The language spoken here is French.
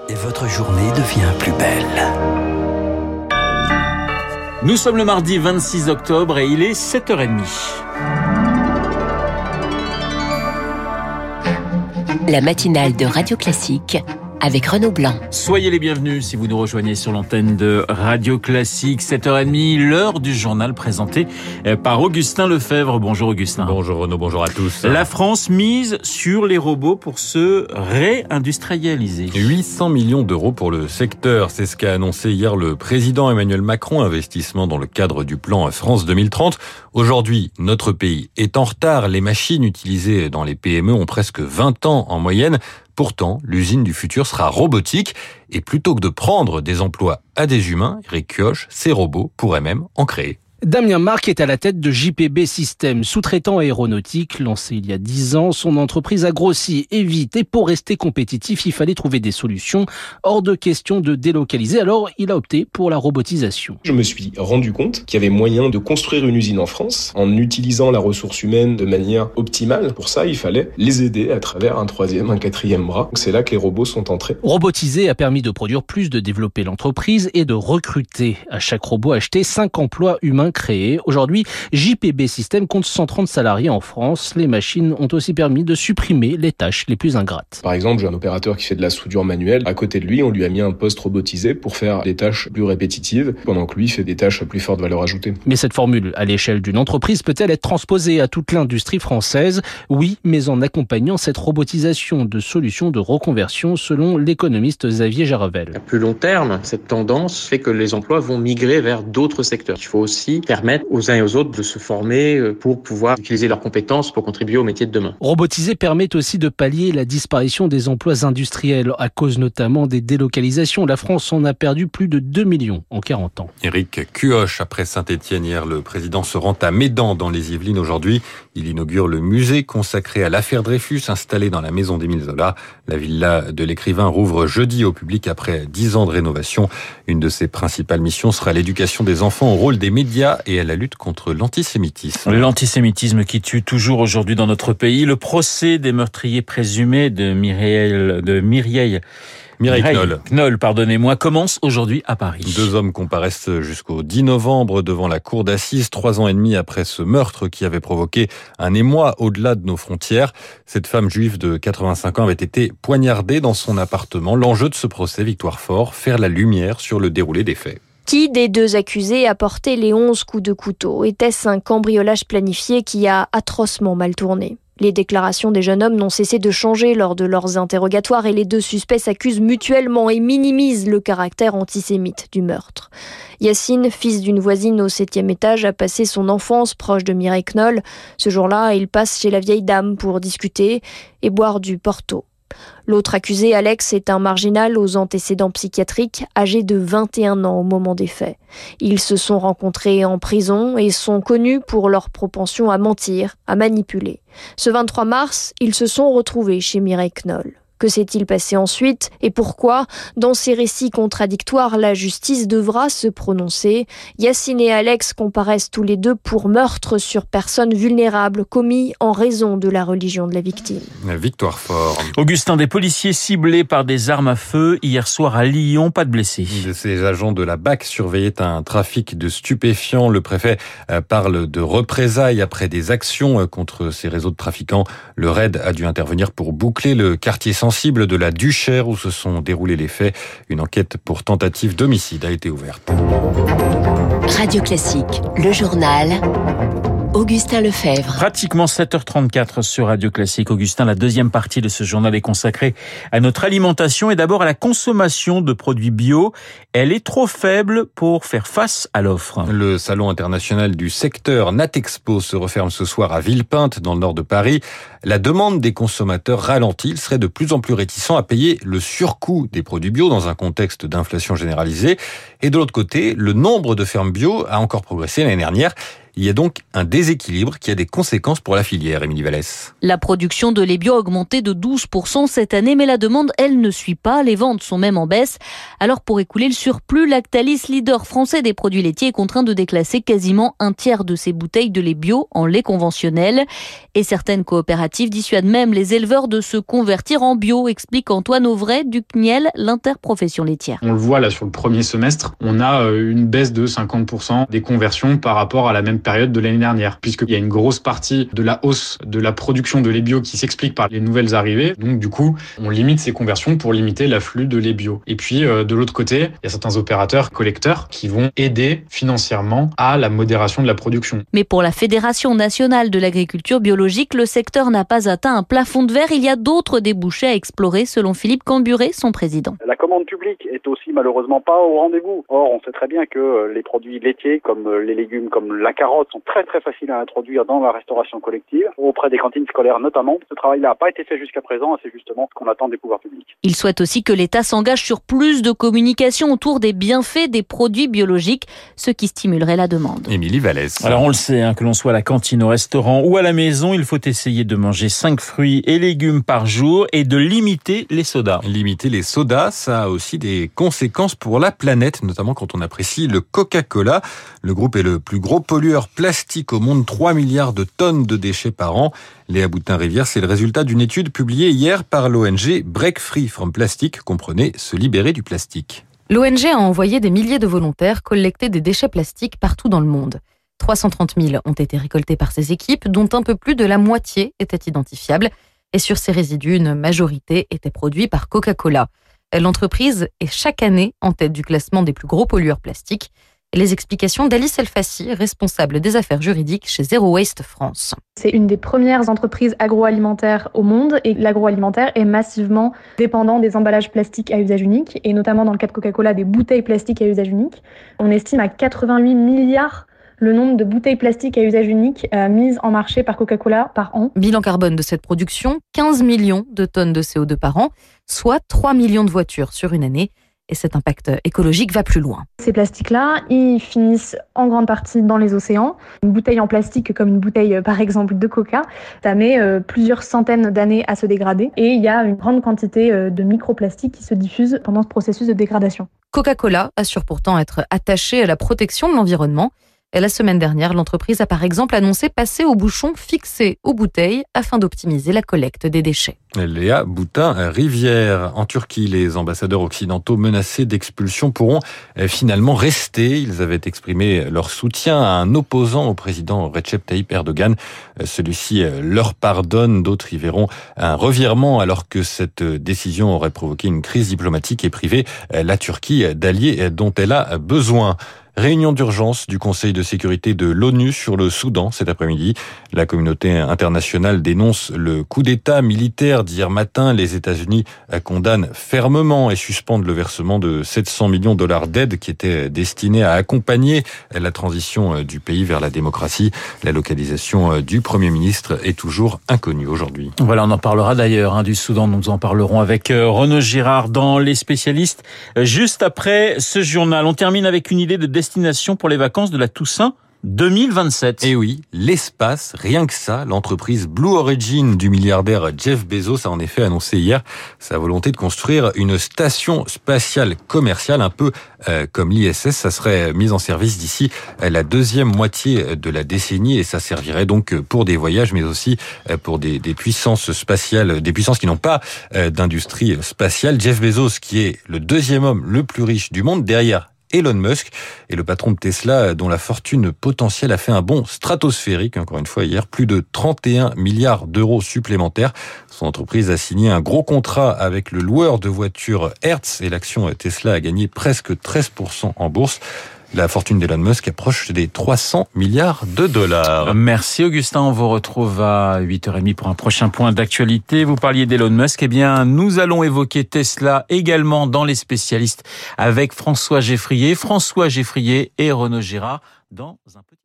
et votre journée devient plus belle. Nous sommes le mardi 26 octobre et il est 7h30. La matinale de Radio Classique avec Renaud Blanc. Soyez les bienvenus si vous nous rejoignez sur l'antenne de Radio Classique. 7h30, l'heure du journal présenté par Augustin Lefebvre. Bonjour Augustin. Bonjour Renaud, bonjour à tous. La France mise sur les robots pour se réindustrialiser. 800 millions d'euros pour le secteur, c'est ce qu'a annoncé hier le président Emmanuel Macron, investissement dans le cadre du plan France 2030. Aujourd'hui, notre pays est en retard. Les machines utilisées dans les PME ont presque 20 ans en moyenne. Pourtant, l'usine du futur sera robotique et plutôt que de prendre des emplois à des humains, Éric Kioch, ces robots pourraient même en créer. Damien Marc est à la tête de JPB Systems, sous-traitant aéronautique. Lancé il y a 10 ans, son entreprise a grossi et vite. Et pour rester compétitif, il fallait trouver des solutions. Hors de question de délocaliser, alors il a opté pour la robotisation. Je me suis rendu compte qu'il y avait moyen de construire une usine en France en utilisant la ressource humaine de manière optimale. Pour ça, il fallait les aider à travers un troisième, un quatrième bras. C'est là que les robots sont entrés. Robotiser a permis de produire plus, de développer l'entreprise et de recruter. À chaque robot acheté, 5 emplois humains créés. Aujourd'hui, JPB Systems compte 130 salariés en France. Les machines ont aussi permis de supprimer les tâches les plus ingrates. Par exemple, j'ai un opérateur qui fait de la soudure manuelle. À côté de lui, on lui a mis un poste robotisé pour faire des tâches plus répétitives, pendant que lui fait des tâches à plus forte valeur ajoutée. Mais cette formule, à l'échelle d'une entreprise, peut-elle être transposée à toute l'industrie française ? Oui, mais en accompagnant cette robotisation de solutions de reconversion, selon l'économiste Xavier Jaravel. À plus long terme, cette tendance fait que les emplois vont migrer vers d'autres secteurs. Il faut aussi permettre aux uns et aux autres de se former pour pouvoir utiliser leurs compétences pour contribuer au métier de demain. Robotiser permet aussi de pallier la disparition des emplois industriels, à cause notamment des délocalisations. La France en a perdu plus de 2 millions en 40 ans. Éric Kioch, après Saint-Étienne hier, le président se rend à Médan dans les Yvelines aujourd'hui. Il inaugure le musée consacré à l'affaire Dreyfus, installé dans la maison d'Émile Zola. La villa de l'écrivain rouvre jeudi au public après 10 ans de rénovation. Une de ses principales missions sera l'éducation des enfants au rôle des médias et à la lutte contre l'antisémitisme. L'antisémitisme qui tue toujours aujourd'hui dans notre pays. Le procès des meurtriers présumés de Mireille Knoll, commence aujourd'hui à Paris. 2 hommes comparaissent jusqu'au 10 novembre devant la cour d'assises, 3 ans et demi après ce meurtre qui avait provoqué un émoi au-delà de nos frontières. Cette femme juive de 85 ans avait été poignardée dans son appartement. L'enjeu de ce procès, Victoire Fort, faire la lumière sur le déroulé des faits. Qui des deux accusés a porté les 11 coups de couteau ? Était-ce un cambriolage planifié qui a atrocement mal tourné ? Les déclarations des jeunes hommes n'ont cessé de changer lors de leurs interrogatoires et les deux suspects s'accusent mutuellement et minimisent le caractère antisémite du meurtre. Yacine, fils d'une voisine au 7e étage, a passé son enfance proche de Mireille Knoll. Ce jour-là, il passe chez la vieille dame pour discuter et boire du Porto. L'autre accusé, Alex, est un marginal aux antécédents psychiatriques, âgé de 21 ans au moment des faits. Ils se sont rencontrés en prison et sont connus pour leur propension à mentir, à manipuler. Ce 23 mars, ils se sont retrouvés chez Mireille Knoll. Que s'est-il passé ensuite et pourquoi ? Dans ces récits contradictoires, la justice devra se prononcer. Yacine et Alex comparaissent tous les deux pour meurtre sur personnes vulnérables commis en raison de la religion de la victime. Victoire Fort. Augustin, des policiers ciblés par des armes à feu hier soir à Lyon, pas de blessés. Ces agents de la BAC surveillaient un trafic de stupéfiants. Le préfet parle de représailles après des actions contre ces réseaux de trafiquants. Le raid a dû intervenir pour boucler le quartier sensible de la Duchère où se sont déroulés les faits. Une enquête pour tentative d'homicide a été ouverte. Radio Classique, le journal. Augustin Lefebvre. Pratiquement 7h34 sur Radio Classique. Augustin, la deuxième partie de ce journal est consacrée à notre alimentation et d'abord à la consommation de produits bio. Elle est trop faible pour faire face à l'offre. Le salon international du secteur Natexpo se referme ce soir à Villepinte, dans le nord de Paris. La demande des consommateurs ralentit. Ils seraient de plus en plus réticents à payer le surcoût des produits bio dans un contexte d'inflation généralisée. Et de l'autre côté, le nombre de fermes bio a encore progressé l'année dernière. Il y a donc un déséquilibre qui a des conséquences pour la filière, Émilie Vallès. La production de lait bio a augmenté de 12% cette année, mais la demande, elle, ne suit pas. Les ventes sont même en baisse. Alors pour écouler le surplus, Lactalis, leader français des produits laitiers, est contraint de déclasser quasiment un tiers de ses bouteilles de lait bio en lait conventionnel. Et certaines coopératives dissuadent même les éleveurs de se convertir en bio, explique Antoine Auvray du CNIEL, l'interprofession laitière. On le voit là sur le premier semestre, on a une baisse de 50% des conversions par rapport à la même période de l'année dernière, puisqu'il y a une grosse partie de la hausse de la production de lait bio qui s'explique par les nouvelles arrivées. Donc du coup, on limite ces conversions pour limiter l'afflux de lait bio. Et puis de l'autre côté, il y a certains opérateurs collecteurs qui vont aider financièrement à la modération de la production. Mais pour la Fédération nationale de l'agriculture biologique, le secteur n'a pas atteint un plafond de verre. Il y a d'autres débouchés à explorer, selon Philippe Camburé, son président. La commande publique est aussi malheureusement pas au rendez-vous. Or, on sait très bien que les produits laitiers, comme les légumes, comme la carotte, sont très très faciles à introduire dans la restauration collective, auprès des cantines scolaires notamment. Ce travail-là n'a pas été fait jusqu'à présent et c'est justement ce qu'on attend des pouvoirs publics. Il souhaite aussi que l'État s'engage sur plus de communication autour des bienfaits des produits biologiques, ce qui stimulerait la demande. Émilie Vallès. Alors on le sait, que l'on soit à la cantine, au restaurant ou à la maison, il faut essayer de manger 5 fruits et légumes par jour et de limiter les sodas. Limiter les sodas, ça a aussi des conséquences pour la planète, notamment quand on apprécie le Coca-Cola. Le groupe est le plus gros pollueur plastique au monde, 3 milliards de tonnes de déchets par an. Léa Boutin-Rivière, c'est le résultat d'une étude publiée hier par l'ONG Break Free from Plastic, comprenez se libérer du plastique. L'ONG a envoyé des milliers de volontaires collecter des déchets plastiques partout dans le monde. 330 000 ont été récoltés par ces équipes, dont un peu plus de la moitié étaient identifiables. Et sur ces résidus, une majorité était produite par Coca-Cola. L'entreprise est chaque année en tête du classement des plus gros pollueurs plastiques. Et les explications d'Alice Elfassi, responsable des affaires juridiques chez Zero Waste France. C'est une des premières entreprises agroalimentaires au monde et l'agroalimentaire est massivement dépendant des emballages plastiques à usage unique et notamment dans le cas de Coca-Cola des bouteilles plastiques à usage unique. On estime à 88 milliards le nombre de bouteilles plastiques à usage unique mises en marché par Coca-Cola par an. Bilan carbone de cette production, 15 millions de tonnes de CO2 par an, soit 3 millions de voitures sur une année. Et cet impact écologique va plus loin. Ces plastiques-là, ils finissent en grande partie dans les océans. Une bouteille en plastique, comme une bouteille par exemple de Coca, ça met plusieurs centaines d'années à se dégrader. Et il y a une grande quantité de microplastiques qui se diffusent pendant ce processus de dégradation. Coca-Cola assure pourtant être attaché à la protection de l'environnement. Et la semaine dernière, l'entreprise a par exemple annoncé passer aux bouchons fixés aux bouteilles afin d'optimiser la collecte des déchets. Léa Boutin-Rivière. En Turquie, les ambassadeurs occidentaux menacés d'expulsion pourront finalement rester. Ils avaient exprimé leur soutien à un opposant au président Recep Tayyip Erdogan. Celui-ci leur pardonne. D'autres y verront un revirement alors que cette décision aurait provoqué une crise diplomatique et privé la Turquie d'alliés dont elle a besoin. Réunion d'urgence du Conseil de sécurité de l'ONU sur le Soudan cet après-midi. La communauté internationale dénonce le coup d'État militaire d'hier matin. Les États-Unis condamnent fermement et suspendent le versement de 700 millions de dollars d'aide qui étaient destinés à accompagner la transition du pays vers la démocratie. La localisation du Premier ministre est toujours inconnue aujourd'hui. Voilà, on en parlera d'ailleurs du Soudan. Nous en parlerons avec Renaud Girard dans Les Spécialistes. Juste après ce journal, on termine avec une idée de destination pour les vacances de la Toussaint 2027. Et oui, l'espace, rien que ça. L'entreprise Blue Origin du milliardaire Jeff Bezos a en effet annoncé hier sa volonté de construire une station spatiale commerciale, un peu comme l'ISS. Ça serait mis en service d'ici la deuxième moitié de la décennie et ça servirait donc pour des voyages, mais aussi pour des puissances spatiales, des puissances qui n'ont pas d'industrie spatiale. Jeff Bezos, qui est le deuxième homme le plus riche du monde, derrière Elon Musk et le patron de Tesla dont la fortune potentielle a fait un bond stratosphérique, encore une fois hier, plus de 31 milliards d'euros supplémentaires. Son entreprise a signé un gros contrat avec le loueur de voitures Hertz et l'action Tesla a gagné presque 13% en bourse. La fortune d'Elon Musk approche des 300 milliards de dollars. Merci Augustin, on vous retrouve à 8h30 pour un prochain point d'actualité. Vous parliez d'Elon Musk, nous allons évoquer Tesla également dans Les Spécialistes avec François Geffrier et Renaud Girard dans un petit